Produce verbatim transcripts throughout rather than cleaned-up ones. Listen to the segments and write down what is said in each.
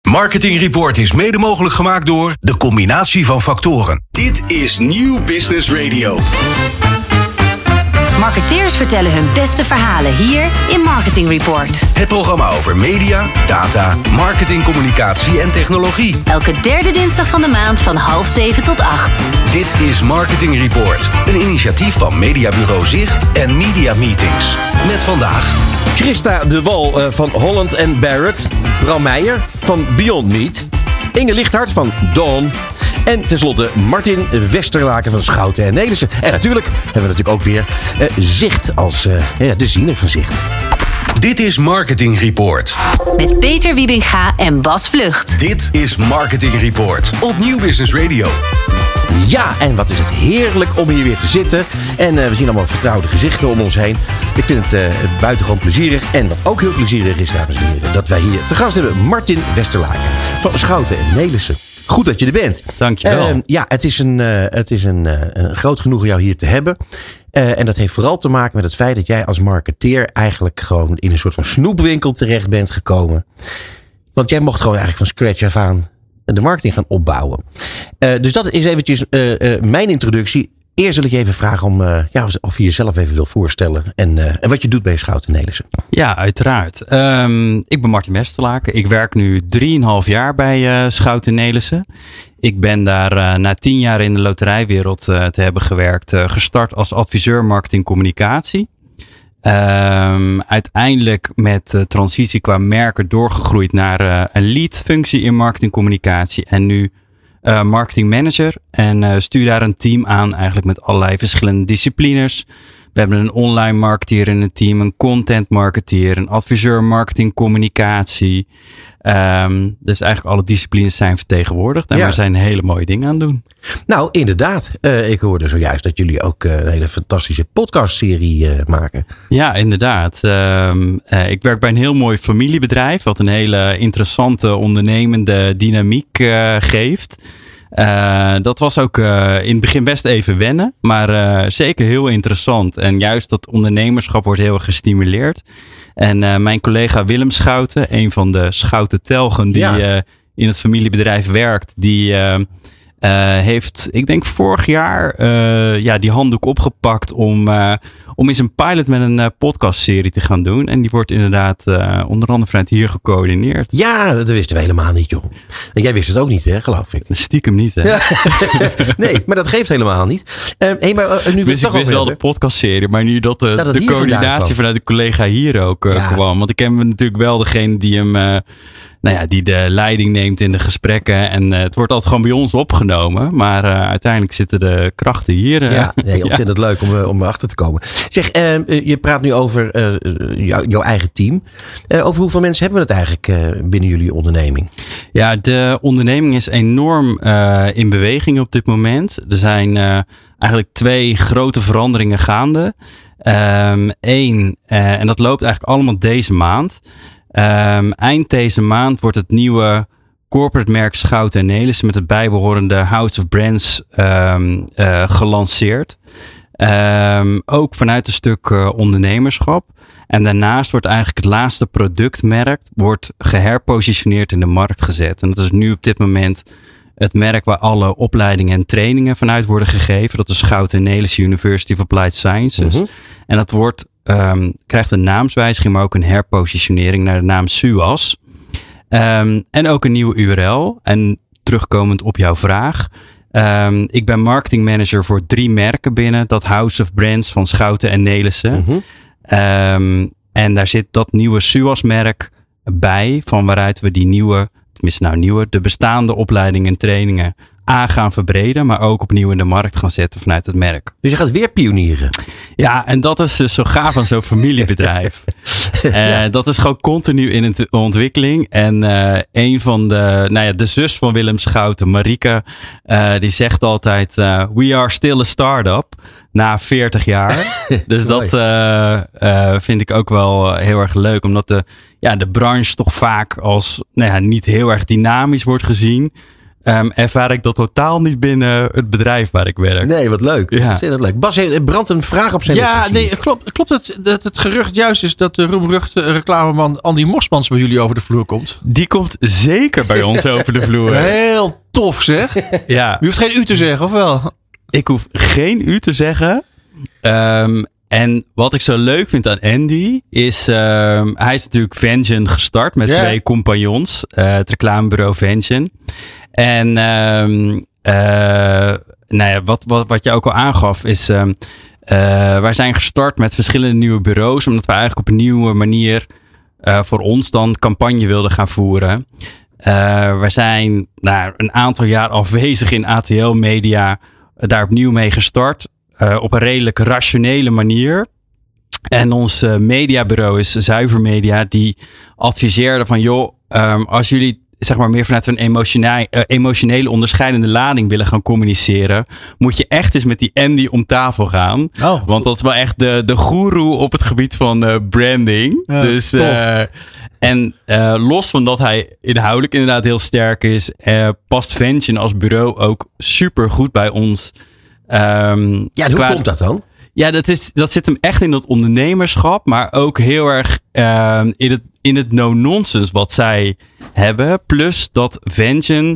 Marketing Report is mede mogelijk gemaakt door de combinatie van factoren. Dit is Nieuw Business Radio. Marketeers vertellen hun beste verhalen hier in Marketing Report. Het programma over media, data, marketing, communicatie en technologie. Elke derde dinsdag van de maand van half zeven tot acht. Dit is Marketing Report, een initiatief van Mediabureau Zicht en Media Meetings. Met vandaag Christa de Wal uh, van Holland en Barrett, Bram Meijer van Beyond Meat, Inge Lichthart van Dawn en tenslotte Martin Westerlaken van Schouten en Nelissen. En natuurlijk hebben we natuurlijk ook weer uh, Zicht als uh, ja, de ziener van Zicht. Dit is Marketing Report. Met Peter Wiebinga en Bas Vlucht. Dit is Marketing Report op Nieuw Business Radio. Ja, en wat is het heerlijk om hier weer te zitten. En uh, we zien allemaal vertrouwde gezichten om ons heen. Ik vind het uh, buitengewoon plezierig. En wat ook heel plezierig is, dames en heren, dat wij hier te gast hebben Martin Westerlaken van Schouten en Nelissen. Goed dat je er bent. Dankjewel. Uh, ja, het is, een, uh, het is een, uh, een groot genoegen jou hier te hebben. Uh, en dat heeft vooral te maken met het feit dat jij als marketeer eigenlijk gewoon in een soort van snoepwinkel terecht bent gekomen. Want jij mocht gewoon eigenlijk van scratch af aan de marketing gaan opbouwen. Uh, dus dat is eventjes uh, uh, mijn introductie. Eerst wil ik je even vragen om uh, ja, of je jezelf even wil voorstellen. En, uh, en wat je doet bij Schouten en Nelissen. Ja, uiteraard. Um, ik ben Martin Westerlaken. Ik werk nu drieënhalf jaar bij uh, Schouten en Nelissen. Ik ben daar uh, na tien jaar in de loterijwereld uh, te hebben gewerkt. Uh, gestart als adviseur marketing communicatie. Um, uiteindelijk met uh, transitie qua merken doorgegroeid naar uh, een lead functie in marketing communicatie. En nu uh, marketing manager. En uh, stuur daar een team aan eigenlijk met allerlei verschillende disciplines. We hebben een online marketeer in het team, een content marketeer, een adviseur marketing communicatie. Um, dus eigenlijk alle disciplines zijn vertegenwoordigd. En ja. we zijn hele mooie dingen aan het doen. Nou, inderdaad. Uh, ik hoorde zojuist dat jullie ook uh, een hele fantastische podcastserie uh, maken. Ja, inderdaad. Um, uh, ik werk bij een heel mooi familiebedrijf, wat een hele interessante ondernemende dynamiek uh, geeft. Uh, dat was ook uh, in het begin best even wennen, maar uh, zeker heel interessant. En juist dat ondernemerschap wordt heel erg gestimuleerd. En uh, mijn collega Willem Schouten, een van de Schouten Telgen die ja. uh, in het familiebedrijf werkt, die uh, uh, heeft, ik denk vorig jaar, uh, ja, die handdoek opgepakt om, uh, om eens een pilot met een uh, podcastserie te gaan doen. En die wordt inderdaad uh, onder andere vanuit hier gecoördineerd. Ja, dat wisten we helemaal niet, joh. En jij wist het ook niet, hè, geloof ik. Stiekem niet, hè? Ja. Nee, maar dat geeft helemaal niet. Uh, hey, maar, uh, nu dus ik wist wel de podcastserie, maar nu dat, uh, dat de coördinatie vanuit de collega hier ook uh, ja. kwam. Want ik ken natuurlijk wel degene die hem... Uh, Nou ja, die de leiding neemt in de gesprekken. En uh, het wordt altijd gewoon bij ons opgenomen. Maar uh, uiteindelijk zitten de krachten hier. Uh, ja, nee, ontzettend ja. leuk om, uh, om erachter te komen. Zeg, uh, je praat nu over uh, jou, jouw eigen team. Uh, over hoeveel mensen hebben we het eigenlijk uh, binnen jullie onderneming? Ja, de onderneming is enorm uh, in beweging op dit moment. Er zijn uh, eigenlijk twee grote veranderingen gaande. Um, Eén, uh, en dat loopt eigenlijk allemaal deze maand. Um, eind deze maand wordt het nieuwe corporate merk Schouten en Nelissen met het bijbehorende House of Brands um, uh, gelanceerd. Um, ook vanuit een stuk uh, ondernemerschap. En daarnaast wordt eigenlijk het laatste productmerk wordt geherpositioneerd in de markt gezet. En dat is nu op dit moment het merk waar alle opleidingen en trainingen vanuit worden gegeven. Dat is Schouten en Nelissen University of Applied Sciences. Mm-hmm. En dat wordt Um, krijgt een naamswijziging, maar ook een herpositionering naar de naam S U A S. Um, en ook een nieuwe U R L. En terugkomend op jouw vraag. Um, ik ben marketing manager voor drie merken binnen dat House of Brands van Schouten en Nelissen. Mm-hmm. Um, en daar zit dat nieuwe S U A S-merk bij, van waaruit we die nieuwe, tenminste nou nieuwe, de bestaande opleidingen en trainingen A gaan verbreden, maar ook opnieuw in de markt gaan zetten vanuit het merk. Dus je gaat weer pionieren. Ja, en dat is dus zo gaaf aan zo'n familiebedrijf. ja. uh, dat is gewoon continu in een ontwikkeling. En uh, een van de, nou ja, de zus van Willem Schouten, Marika, uh, die zegt altijd, uh, we are still a start-up. Na veertig jaar. Dus dat uh, uh, vind ik ook wel heel erg leuk. Omdat de, ja, de branche toch vaak als nou ja, niet heel erg dynamisch wordt gezien. Um, ervaar ik dat totaal niet binnen het bedrijf waar ik werk. Nee, wat leuk. Ja. Dat leuk. Bas, er brandt een vraag op zijn Ja, lippen. nee, klopt, klopt het dat het gerucht juist is dat de roemruchte reclameman Andy Mosmans bij jullie over de vloer komt? Die komt zeker bij ons over de vloer. Heel tof zeg. Ja. U hoeft geen u te zeggen, of wel? Ik hoef geen u te zeggen. Um, en wat ik zo leuk vind aan Andy is... Um, hij is natuurlijk Vention gestart met Ja. twee compagnons. Uh, het reclamebureau Vention. En um, uh, nou ja, wat, wat, wat je ook al aangaf is... Um, uh, wij zijn gestart met verschillende nieuwe bureaus. Omdat we eigenlijk op een nieuwe manier uh, voor ons dan campagne wilden gaan voeren. Uh, we zijn nou, een aantal jaar afwezig in A T L Media... daar opnieuw mee gestart. Uh, op een redelijk rationele manier. En ons uh, mediabureau is Zuiver Media. Die adviseerde van joh, um, als jullie zeg maar meer vanuit een emotionele, uh, emotionele onderscheidende lading willen gaan communiceren. Moet je echt eens met die Andy om tafel gaan. Oh, Want dat is wel echt de, de goeroe op het gebied van uh, branding. Ja, dus tof. uh, En uh, los van dat hij inhoudelijk inderdaad heel sterk is, uh, past Vention als bureau ook super goed bij ons. Um, Ja, hoe qua, komt dat dan? Ja, dat, is, dat zit hem echt in dat ondernemerschap, maar ook heel erg uh, in het, in het no-nonsense wat zij hebben. Plus dat Vention,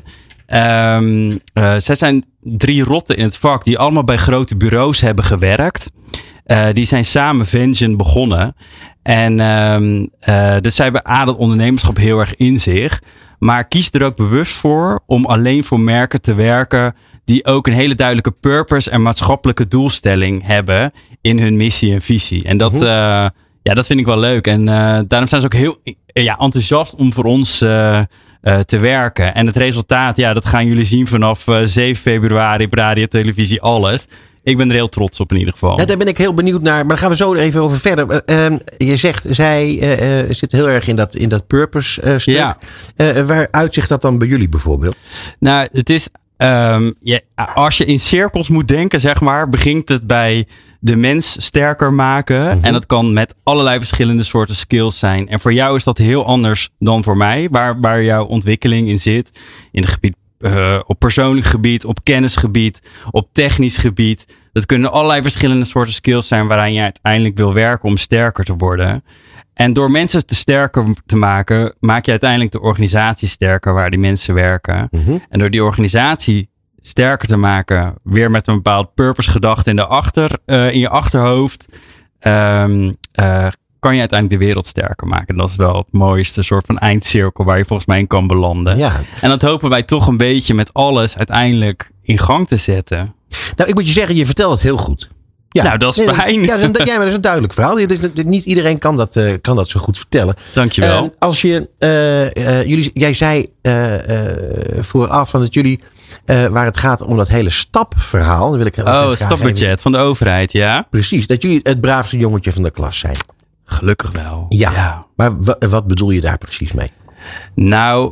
um, uh, zij zijn drie rotten in het vak die allemaal bij grote bureaus hebben gewerkt. Uh, die zijn samen Vention begonnen. En um, uh, dus zij hebben A, dat ondernemerschap heel erg in zich. Maar kies er ook bewust voor om alleen voor merken te werken die ook een hele duidelijke purpose en maatschappelijke doelstelling hebben in hun missie en visie. En dat, uh, ja, dat vind ik wel leuk. En uh, daarom zijn ze ook heel ja, enthousiast om voor ons uh, uh, te werken. En het resultaat, ja, dat gaan jullie zien vanaf uh, zeven februari op radio, televisie, alles. Ik ben er heel trots op in ieder geval. Ja, daar ben ik heel benieuwd naar. Maar daar gaan we zo even over verder. Uh, uh, je zegt, zij uh, uh, zit heel erg in dat, in dat purpose uh, stuk. Ja. Uh, waar uitzicht dat dan bij jullie bijvoorbeeld? Nou, het is... Um, ja, als je in cirkels moet denken, zeg maar, begint het bij de mens sterker maken. Mm-hmm. En dat kan met allerlei verschillende soorten skills zijn. En voor jou is dat heel anders dan voor mij, waar, waar jouw ontwikkeling in zit. In het gebied, uh, op persoonlijk gebied, op kennisgebied, op technisch gebied. Dat kunnen allerlei verschillende soorten skills zijn waaraan je uiteindelijk wil werken om sterker te worden. En door mensen te sterker te maken, maak je uiteindelijk de organisatie sterker waar die mensen werken. Mm-hmm. En door die organisatie sterker te maken, weer met een bepaald purpose gedachte in, de achter, uh, in je achterhoofd, um, uh, kan je uiteindelijk de wereld sterker maken. Dat is wel het mooiste soort van eindcirkel waar je volgens mij in kan belanden. Ja. En dat hopen wij toch een beetje met alles uiteindelijk in gang te zetten. Nou, ik moet je zeggen, je vertelt het heel goed. Ja. Nou, dat is fijn. Ja, ja, maar dat is een duidelijk verhaal. Niet iedereen kan dat, uh, kan dat zo goed vertellen. Dankjewel. Uh, als je, uh, uh, jullie, jij zei uh, uh, vooraf van dat jullie, uh, waar het gaat om dat hele stapverhaal. Dan wil ik oh, het stapbudget even, van de overheid, ja. Precies, dat jullie het braafste jongetje van de klas zijn. Gelukkig wel. Ja, ja. Maar w- wat bedoel je daar precies mee? Nou,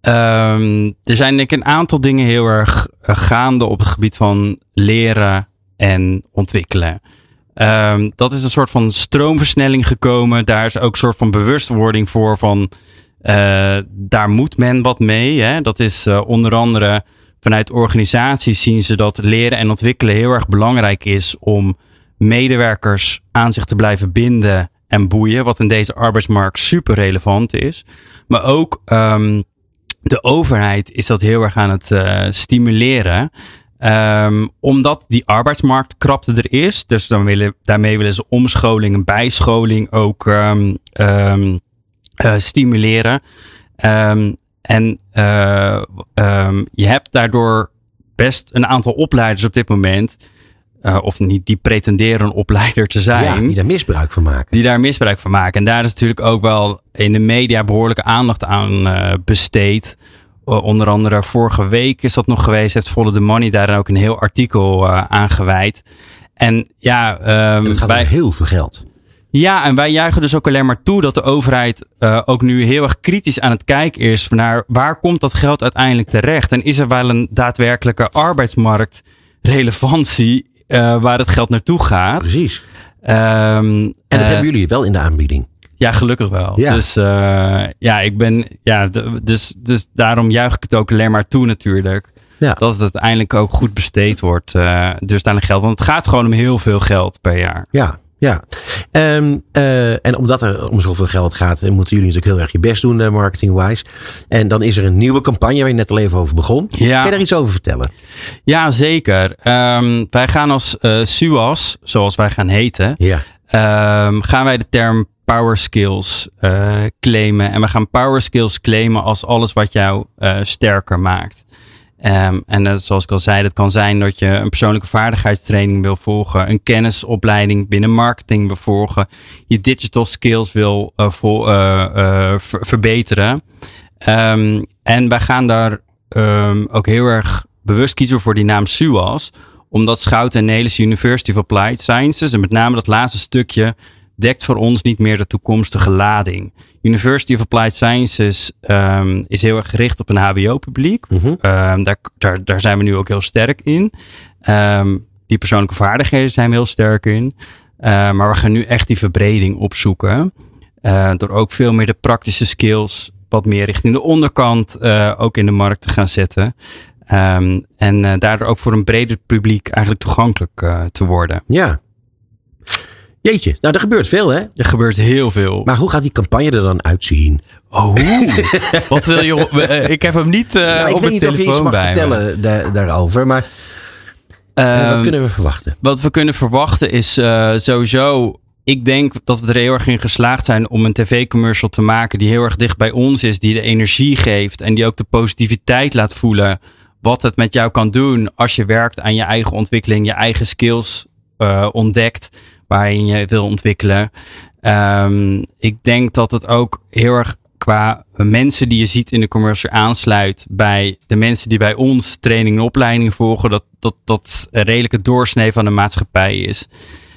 um, er zijn denk ik een aantal dingen heel erg uh, gaande op het gebied van leren en ontwikkelen. Um, dat is een soort van stroomversnelling gekomen. Daar is ook een soort van bewustwording voor van uh, daar moet men wat mee. Hè? Dat is uh, onder andere vanuit organisaties zien ze dat leren en ontwikkelen heel erg belangrijk is om medewerkers aan zich te blijven binden en boeien. Wat in deze arbeidsmarkt super relevant is. Maar ook um, de overheid is dat heel erg aan het uh, stimuleren. Um, omdat die arbeidsmarktkrapte er is. Dus dan willen, daarmee willen ze omscholing en bijscholing ook um, um, uh, stimuleren. Um, en uh, um, je hebt daardoor best een aantal opleiders op dit moment. Uh, of niet, die pretenderen een opleider te zijn. Ja, die daar misbruik van maken. Die daar misbruik van maken. En daar is natuurlijk ook wel in de media behoorlijke aandacht aan uh, besteed. Uh, onder andere vorige week is dat nog geweest. Heeft Follow the Money daar ook een heel artikel uh, aan gewijd. En ja, um, en het gaat wij, om heel veel geld. Ja, en wij juichen dus ook alleen maar toe dat de overheid uh, ook nu heel erg kritisch aan het kijken is naar waar komt dat geld uiteindelijk terecht? En is er wel een daadwerkelijke arbeidsmarktrelevantie uh, waar het geld naartoe gaat? Precies. Um, en dat uh, hebben jullie wel in de aanbieding. Ja, gelukkig wel. Ja. Dus uh, ja, ik ben. Ja, de, dus, dus daarom juich ik het ook alleen maar toe, natuurlijk. Ja. Dat het uiteindelijk ook goed besteed wordt. Uh, dus aan geld. Want het gaat gewoon om heel veel geld per jaar. Ja. Ja, um, uh, en omdat er om zoveel geld gaat, moeten jullie natuurlijk heel erg je best doen, uh, marketing-wise. En dan is er een nieuwe campagne waar je net al even over begon. Ja. Kan je daar iets over vertellen? Ja, zeker. Um, wij gaan als uh, S U A S, zoals wij gaan heten, ja. um, gaan wij de term power skills uh, claimen. En we gaan power skills claimen als alles wat jou uh, sterker maakt. Um, en uh, zoals ik al zei, dat kan zijn dat je een persoonlijke vaardigheidstraining wil volgen, een kennisopleiding binnen marketing wil volgen, je digital skills wil uh, vol, uh, uh, ver- verbeteren. Um, en wij gaan daar um, ook heel erg bewust kiezen voor die naam S U A S, omdat Schouten en Nelissen University of Applied Sciences, en met name dat laatste stukje, dekt voor ons niet meer de toekomstige lading. University of Applied Sciences um, is heel erg gericht op een H B O-publiek. Mm-hmm. Um, daar, daar, daar zijn we nu ook heel sterk in. Um, die persoonlijke vaardigheden zijn we heel sterk in. Uh, maar we gaan nu echt die verbreding opzoeken. Uh, door ook veel meer de praktische skills wat meer richting de onderkant uh, ook in de markt te gaan zetten. Um, en uh, daardoor ook voor een breder publiek eigenlijk toegankelijk uh, te worden. Ja. Jeetje, nou er gebeurt veel, hè? Er gebeurt heel veel. Maar hoe gaat die campagne er dan uitzien? Oh, wat wil je? Ik heb hem niet uh, nou, op mijn telefoon bij. Ik weet niet of je iets mag vertellen da- daarover, maar uh, wat kunnen we verwachten? Wat we kunnen verwachten is uh, sowieso. Ik denk dat we er heel erg in geslaagd zijn om een tv-commercial te maken die heel erg dicht bij ons is, die de energie geeft en die ook de positiviteit laat voelen. Wat het met jou kan doen als je werkt aan je eigen ontwikkeling, je eigen skills uh, ontdekt, waarin je wil ontwikkelen. Um, ik denk dat het ook heel erg qua mensen die je ziet in de commercial aansluit bij de mensen die bij ons training en opleiding volgen, dat dat, dat een redelijke doorsnee van de maatschappij is.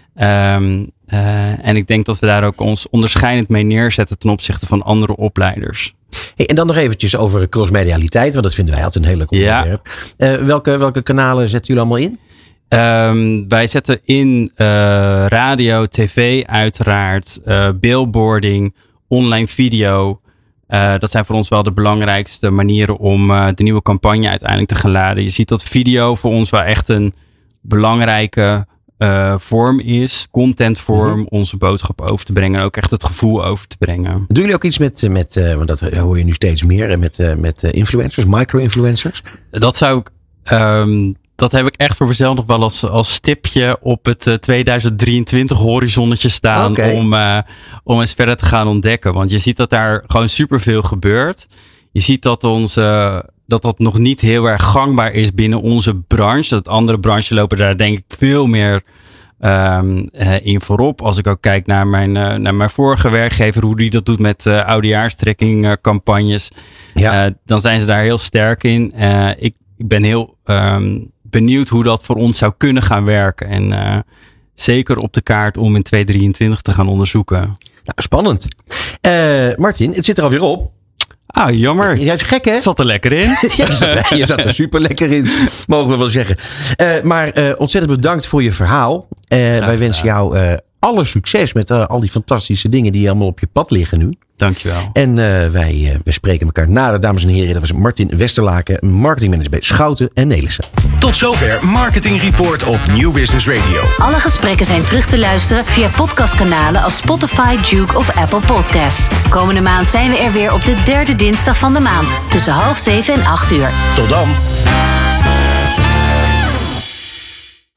Um, uh, en ik denk dat we daar ook ons onderscheidend mee neerzetten ten opzichte van andere opleiders. Hey, en dan nog eventjes over crossmedialiteit, want dat vinden wij altijd een heel leuk onderwerp. Ja. Uh, welke, welke kanalen zetten jullie allemaal in? Um, wij zetten in uh, radio, tv uiteraard, uh, billboarding, online video. Uh, dat zijn voor ons wel de belangrijkste manieren om uh, de nieuwe campagne uiteindelijk te gaan laden. Je ziet dat video voor ons wel echt een belangrijke uh, vorm is. Contentvorm, mm-hmm. onze boodschap over te brengen en ook echt het gevoel over te brengen. Doen jullie ook iets met, met uh, want dat hoor je nu steeds meer, met, uh, met uh, influencers, micro-influencers? Dat zou ik... Um, Dat heb ik echt voor mezelf nog wel als, als stipje op het uh, tweeduizend drieëntwintig horizonnetje staan. Okay. Om, uh, om eens verder te gaan ontdekken. Want je ziet dat daar gewoon superveel gebeurt. Je ziet dat, ons, uh, dat dat nog niet heel erg gangbaar is binnen onze branche. Dat andere branches lopen daar denk ik veel meer um, uh, in voorop. Als ik ook kijk naar mijn, uh, naar mijn vorige werkgever. Hoe die dat doet met uh, oudejaarstrekking uh, campagnes. Ja. Uh, dan zijn ze daar heel sterk in. Uh, ik, ik ben heel... Um, benieuwd hoe dat voor ons zou kunnen gaan werken. En uh, zeker op de kaart om in tweeduizend drieëntwintig te gaan onderzoeken. Nou, spannend. Uh, Martin, het zit er alweer op. Ah, jammer. Jij is gek, hè? Het zat er lekker in. Ja, je, zat er, je zat er super lekker in, mogen we wel zeggen. Uh, maar uh, ontzettend bedankt voor je verhaal. Uh, wij wensen jou uh, alle succes met uh, al die fantastische dingen die allemaal op je pad liggen nu. Dankjewel. En uh, wij, uh, wij spreken elkaar nader, dames en heren. Dat was Martin Westerlaken, marketingmanager bij Schouten en Nelissen. Tot zover Marketing Report op Nieuw Business Radio. Alle gesprekken zijn terug te luisteren via podcastkanalen als Spotify, Juke of Apple Podcasts. Komende maand zijn we er weer op de derde dinsdag van de maand. Tussen half zeven en acht uur. Tot dan.